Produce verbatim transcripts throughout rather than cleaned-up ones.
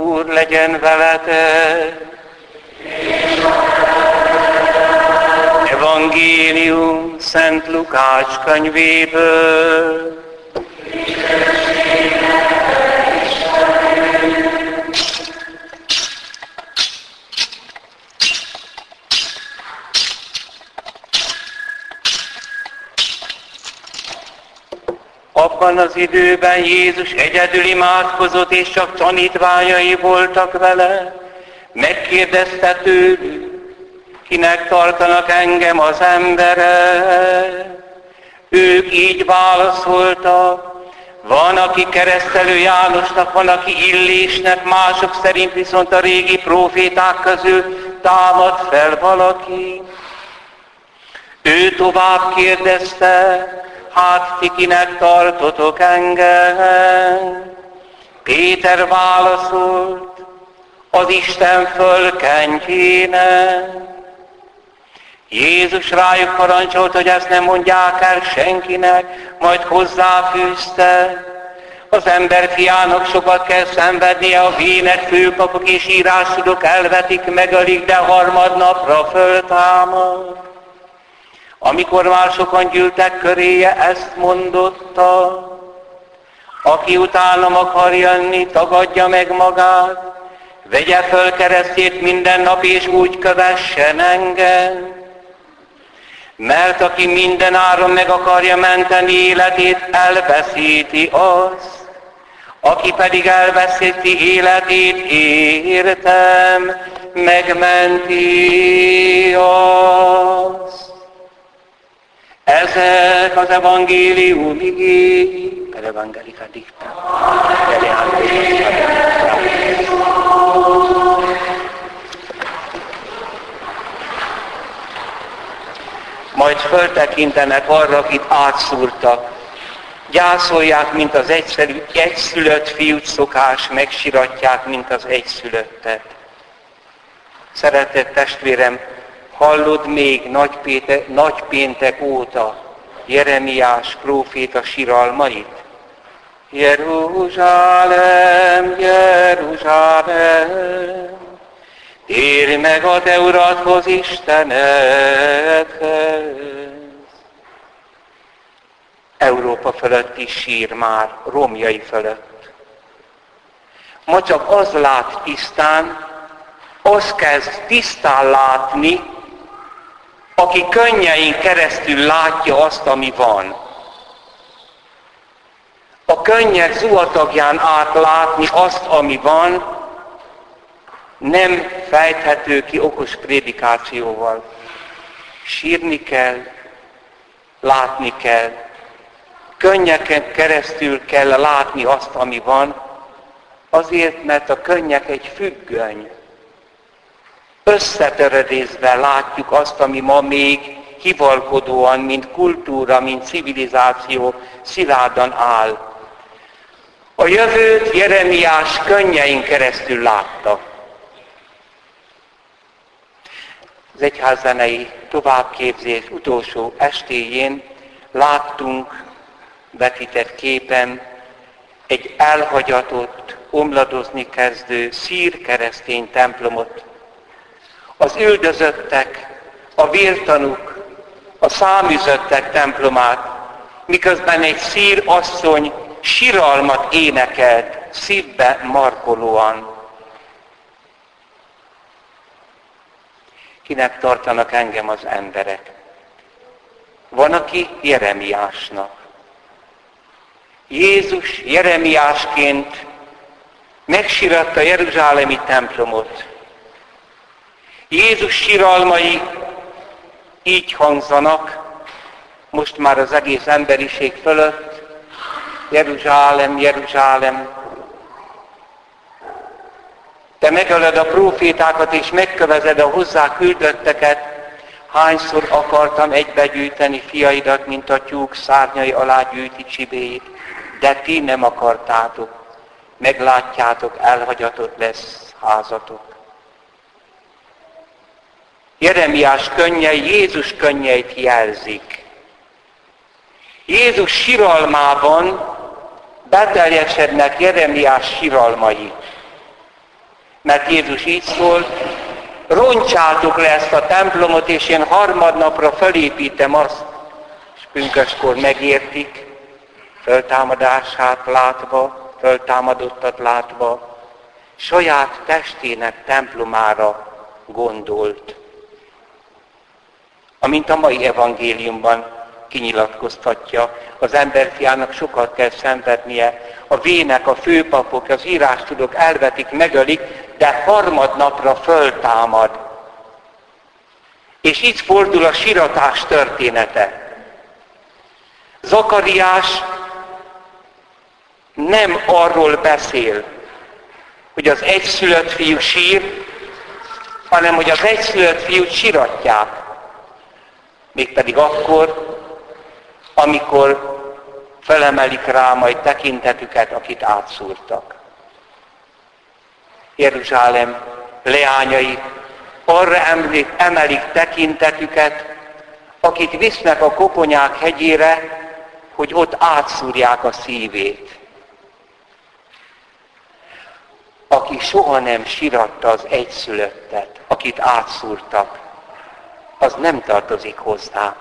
Úr legyen veletek. Evangélium Szent Lukács könyvéből. Abban az időben Jézus egyedül imádkozott, és csak tanítványai voltak vele. Megkérdezte tőlük, kinek tartanak engem az emberek? Ők így válaszoltak, van, aki keresztelő Jánosnak, van, aki Illésnek, mások szerint viszont a régi próféták közül támad fel valaki. Ő tovább kérdezte, hát ti kinek tartotok engem? Péter válaszolt, az Isten fölkentjének. Jézus rájuk parancsolt, hogy ezt nem mondják el senkinek, majd hozzáfűzte, az emberfiának sokat kell szenvednie, a vének főpapok és írástudók elvetik, megölik, de harmadnapra föltámad. Amikor már sokan gyűltek köréje, ezt mondotta, aki utánam akar jönni, tagadja meg magát, vegye föl keresztjét minden nap, és úgy kövessen engem. Mert aki minden áron meg akarja menteni életét, elveszíti azt. Aki pedig elveszíti életét, értem, megmenti azt. Ezek az evangélium igéi, per evangelika dicta. Majd föltekintenek arra, akit átszúrtak. Gyászolják, mint az egyszerű, egyszülött fiút szokás, megsiratják, mint az egyszülöttet. Szeretett testvérem, hallod még nagypéntek, nagypéntek óta Jeremiás próféta siralmait? Jeruzsálem, Jeruzsálem, térj meg a te uradhoz, Istenedhez. Európa fölött is sír már, romjai fölött. Ma csak az lát tisztán, az kezd tisztán látni, aki könnyein keresztül látja azt, ami van. A könnyek zuhatagján át látni azt, ami van, nem fejthető ki okos prédikációval. Sírni kell, látni kell, könnyeken keresztül kell látni azt, ami van, azért, mert a könnyek egy függöny. Összetöredészben látjuk azt, ami ma még hivalkodóan, mint kultúra, mint civilizáció szilárdan áll. A jövőt Jeremiás könnyein keresztül látta. Az egyházzenei továbbképzés utolsó estéjén láttunk vetített képen egy elhagyatott, omladozni kezdő szír keresztény templomot. Az üldözöttek, a vértanúk, a száműzöttek templomát, miközben egy szír asszony siralmat énekelt, szívbe markolóan. Kinek tartanak engem az emberek? Van, aki Jeremiásnak. Jézus Jeremiásként megsiratta jeruzsálemi templomot. Jézus siralmai így hangzanak, most már az egész emberiség fölött, Jeruzsálem, Jeruzsálem, te megölöd a prófétákat és megkövezed a hozzá küldötteket, hányszor akartam egybegyűjteni fiaidat, mint a tyúk szárnyai alá gyűjti csibéjét, de ti nem akartátok, meglátjátok, elhagyatott lesz házatok. Jeremiás könnyei Jézus könnyeit jelzik. Jézus siralmában beteljesednek Jeremiás siralmai. Mert Jézus így szól, roncsátok le ezt a templomot, és én harmadnapra felépítem azt. És pünköskor megértik, föltámadását látva, föltámadottat látva, saját testének templomára gondolt. Amint a mai evangéliumban kinyilatkoztatja, az emberfiának sokat kell szenvednie, a vének, a főpapok, az írástudók elvetik, megölik, de harmadnapra föltámad. És így fordul a siratás története. Zakariás nem arról beszél, hogy az egyszülött fiú sír, hanem hogy az egyszülött fiút siratják. Mégpedig akkor, amikor felemelik rá majd tekintetüket, akit átszúrtak. Jeruzsálem leányai arra emelik tekintetüket, akit visznek a koponyák hegyére, hogy ott átszúrják a szívét. Aki soha nem siratta az egyszülöttet, akit átszúrtak, az nem tartozik hozzá.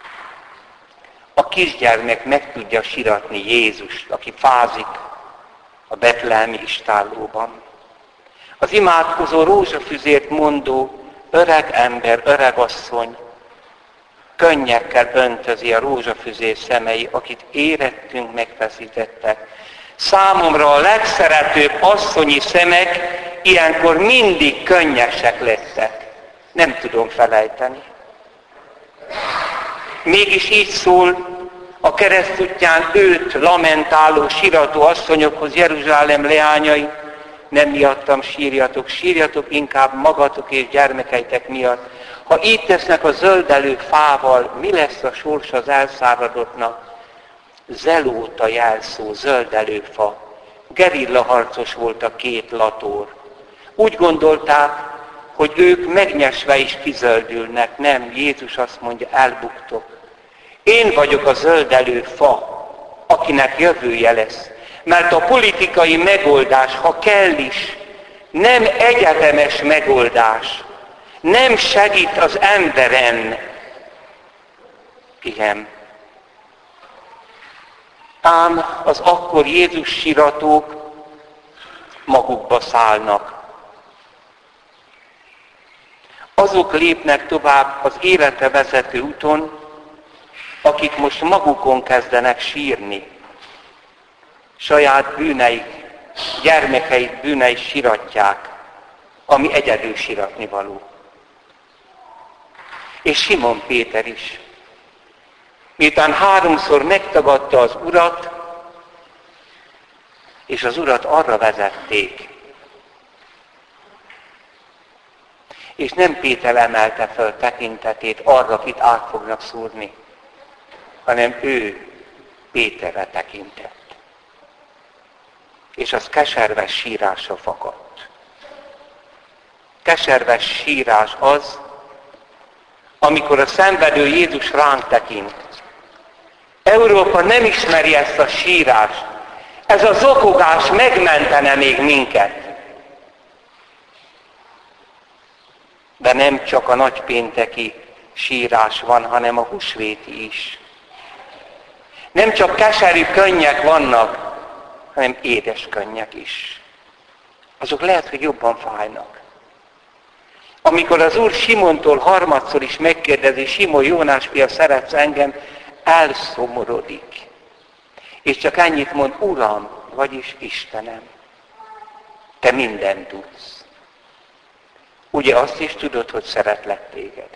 A kisgyermek meg tudja siratni Jézust, aki fázik a betlehemi istállóban. Az imádkozó rózsafüzért mondó öreg ember, öreg asszony könnyekkel öntözi a rózsafüzér szemei, akit érettünk megfeszítettek. Számomra a legszeretőbb asszonyi szemek ilyenkor mindig könnyesek lettek. Nem tudom felejteni. Mégis így szól a keresztútján őt lamentáló, sirató asszonyokhoz Jeruzsálem leányai, nem miattam sírjatok, sírjatok inkább magatok és gyermekeitek miatt. Ha így tesznek a zöldelő fával, mi lesz a sors az elszáradottnak? Zelóta jelszó, zöldelőfa. Gerillaharcos volt a két lator. Úgy gondolták, hogy ők megnyesve is kizöldülnek. Nem, Jézus azt mondja, elbuktok. Én vagyok a zöldelő fa, akinek jövője lesz. Mert a politikai megoldás, ha kell is, nem egyetemes megoldás. Nem segít az emberen. Igen. Ám az akkor Jézus siratók magukba szállnak. Azok lépnek tovább az életre vezető úton, akik most magukon kezdenek sírni. Saját bűneik, gyermekeik bűneit siratják, ami egyedül siratni való. És Simon Péter is. Miután háromszor megtagadta az Urat, és az Urat arra vezették. És nem Péter emelte fel tekintetét arra, akit át fognak szúrni, hanem ő Péterre tekintett. És az keserves sírásra fakadt. Keserves sírás az, amikor a szenvedő Jézus ránk tekint. Európa nem ismeri ezt a sírást. Ez a zokogás megmentene még minket. De nem csak a nagypénteki sírás van, hanem a húsvéti is. Nem csak keserű könnyek vannak, hanem édes könnyek is. Azok lehet, hogy jobban fájnak. Amikor az Úr Simontól harmadszor is megkérdezi, Simon, Jónás fia, szeretsz engem, elszomorodik. És csak ennyit mond, Uram, vagyis Istenem, te mindent tudsz. Ugye azt is tudod, hogy szeretlek téged.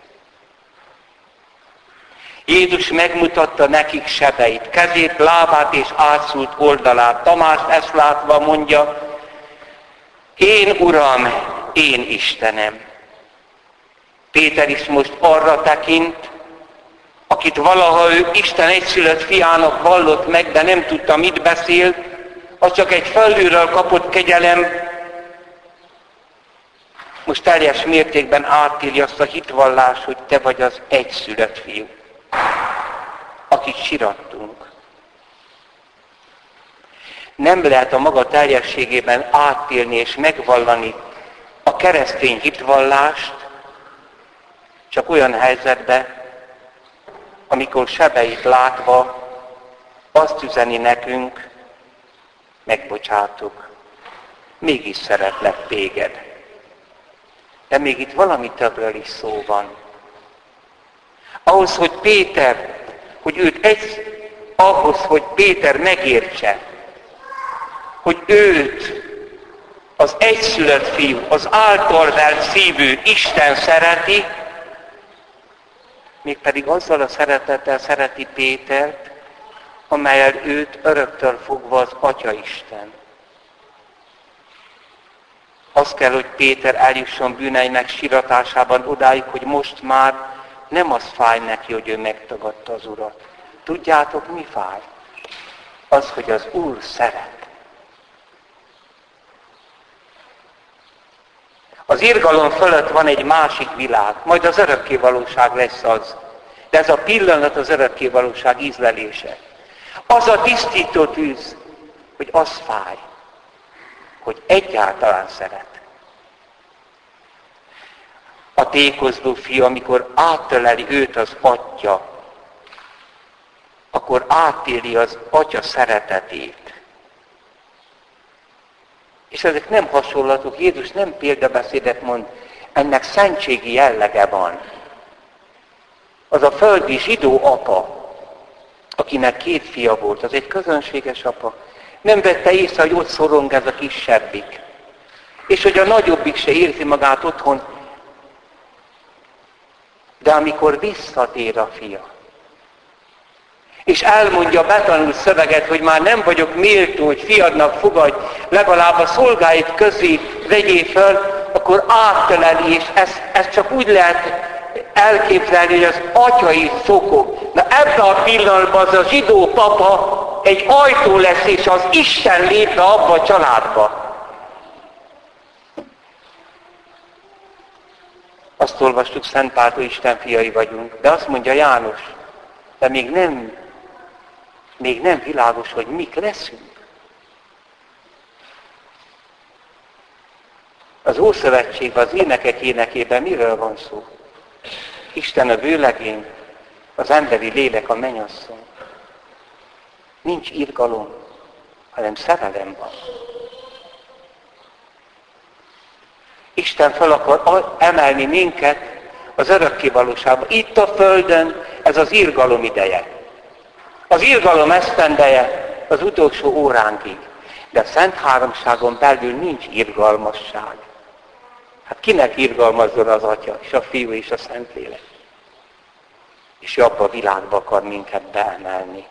Jézus megmutatta nekik sebeit, kezét, lábát és átszúrt oldalát. Tamás ezt látva mondja, én Uram, én Istenem. Péter is most arra tekint, akit valaha ő Isten egyszülött fiának vallott meg, de nem tudta, mit beszél, az csak egy felülről kapott kegyelem, most teljes mértékben átírja azt a hitvallást, hogy te vagy az egyszülött fiú, akit sirattunk. Nem lehet a maga teljességében átélni és megvallani keresztény hitvallást csak olyan helyzetben, amikor sebeit látva azt üzeni nekünk, megbocsátok, mégis szeretlek téged. De még itt valami többről is szó van. Ahhoz, hogy Péter, hogy őt egy, ahhoz, hogy Péter megértse, hogy őt, az egyszülött fiú, az általvert szívű Isten szereti, mégpedig azzal a szeretettel szereti Pétert, amelyel őt öröktől fogva az Atyaisten. Az kell, hogy Péter eljusson bűneinek siratásában odáig, hogy most már nem az fáj neki, hogy ő megtagadta az Urat. Tudjátok, mi fáj? Az, hogy az Úr szeret. Az irgalom fölött van egy másik világ, majd az örökkévalóság lesz az. De ez a pillanat az örökkévalóság ízlelése. Az a tisztító tűz, hogy az fáj, hogy egyáltalán szeret. A tékozló fiú, amikor áttöleli őt az Atya, akkor átéli az Atya szeretetét. És ezek nem hasonlatok, Jézus nem példabeszédet mond, ennek szentségi jellege van. Az a földi zsidó apa, akinek két fia volt, az egy közönséges apa, nem vette észre, hogy ott szorong ez a kisebbik. És hogy a nagyobbik se érzi magát otthon. De amikor visszatér a fia, és elmondja a betanult szöveget, hogy már nem vagyok méltó, hogy fiadnak fogadj, legalább a szolgáid közé vegyél föl, akkor áttöleli, és ezt, ezt csak úgy lehet elképzelni, hogy az atyai szokog. Na ebben a pillanatban az a zsidó papa egy ajtó lesz, és az Isten lépne abba a családba. Azt olvastuk, Szent Páltól Isten fiai vagyunk, de azt mondja János, de még nem, még nem világos, hogy mik leszünk. Az Ószövetségben, az énekek énekében miről van szó? Isten a vőlegény, az emberi lélek a mennyasszony. Nincs irgalom, hanem szerelem van. Isten fel akar emelni minket az örökkévalóságba. Itt a Földön ez az irgalom ideje. Az irgalom esztendeje az utolsó óránkig. De a Szent Háromságon belül nincs irgalmasság. Hát kinek irgalmazzon az Atya, és a Fiú, és a Szentlélek? És abba a világba akar minket beemelni.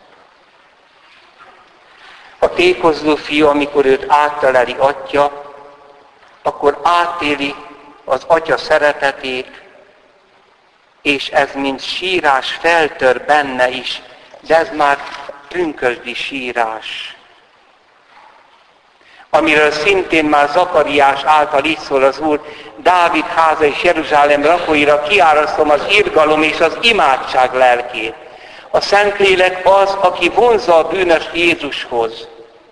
A tékozló fiú, amikor őt áttöleli Atya, akkor átéli az Atya szeretetét, és ez mint sírás feltör benne is, de ez már pünkösdi sírás. Amiről szintén már Zakariás által így szól az Úr, Dávid háza és Jeruzsálem lakóira kiárasztom az irgalom és az imádság lelkét. A Szentlélek az, aki vonzza a bűnöst Jézushoz.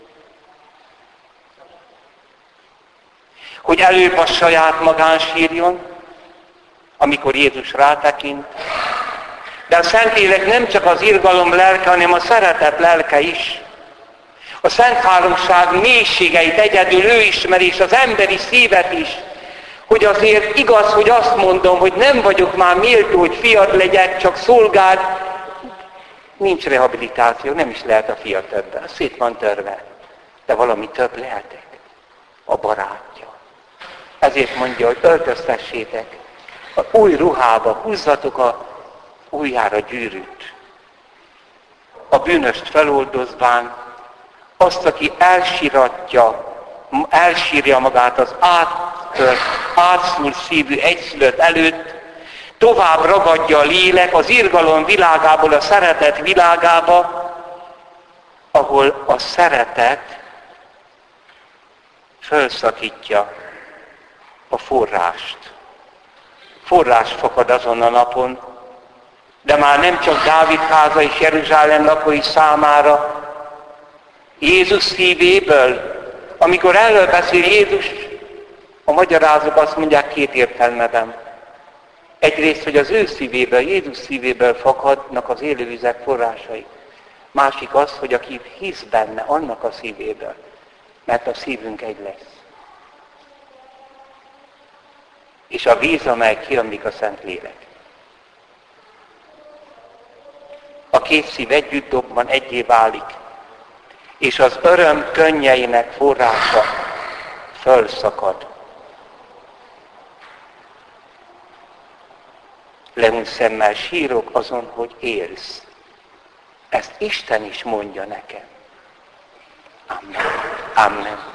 Hogy előbb a saját magán sírjon, amikor Jézus rátekint. De a Szentlélek nem csak az irgalom lelke, hanem a szeretet lelke is. A Szent Háromság mélységeit egyedül ő ismeri, és az emberi szívet is. Hogy azért igaz, hogy azt mondom, hogy nem vagyok már méltó, hogy fiad legyek, csak szolgád. Nincs rehabilitáció, nem is lehet a fiat többen. Szét van törve. De valami több lehetek. A barátja. Ezért mondja, hogy öltöztessétek. A új ruhába húzzatok a ujjára gyűrűt. A bűnöst feloldozván, azt, aki elsiratja, elsírja magát az áttört, átszúrt szívű egyszülött előtt, tovább ragadja a lélek az irgalom világából a szeretet világába, ahol a szeretet felszakítja a forrást. Forrás fakad azon a napon, de már nem csak Dávid háza és Jeruzsálem lakói számára, Jézus szívéből, amikor erről beszél Jézus A magyarázók azt mondják, két értelme van. Egyrészt, hogy az ő szívéből, Jézus szívéből fakadnak az élővizek forrásai. Másik az, hogy aki hisz benne, annak a szívéből. Mert a szívünk egy lesz. És a víz, amely kiömlik a Szentlélek. A két szív együtt dobban egyé válik. És az öröm könnyeinek forrása fölszakad. Lehunyt szemmel sírok azon, hogy élsz. Ezt Isten is mondja nekem. Amen. Amen.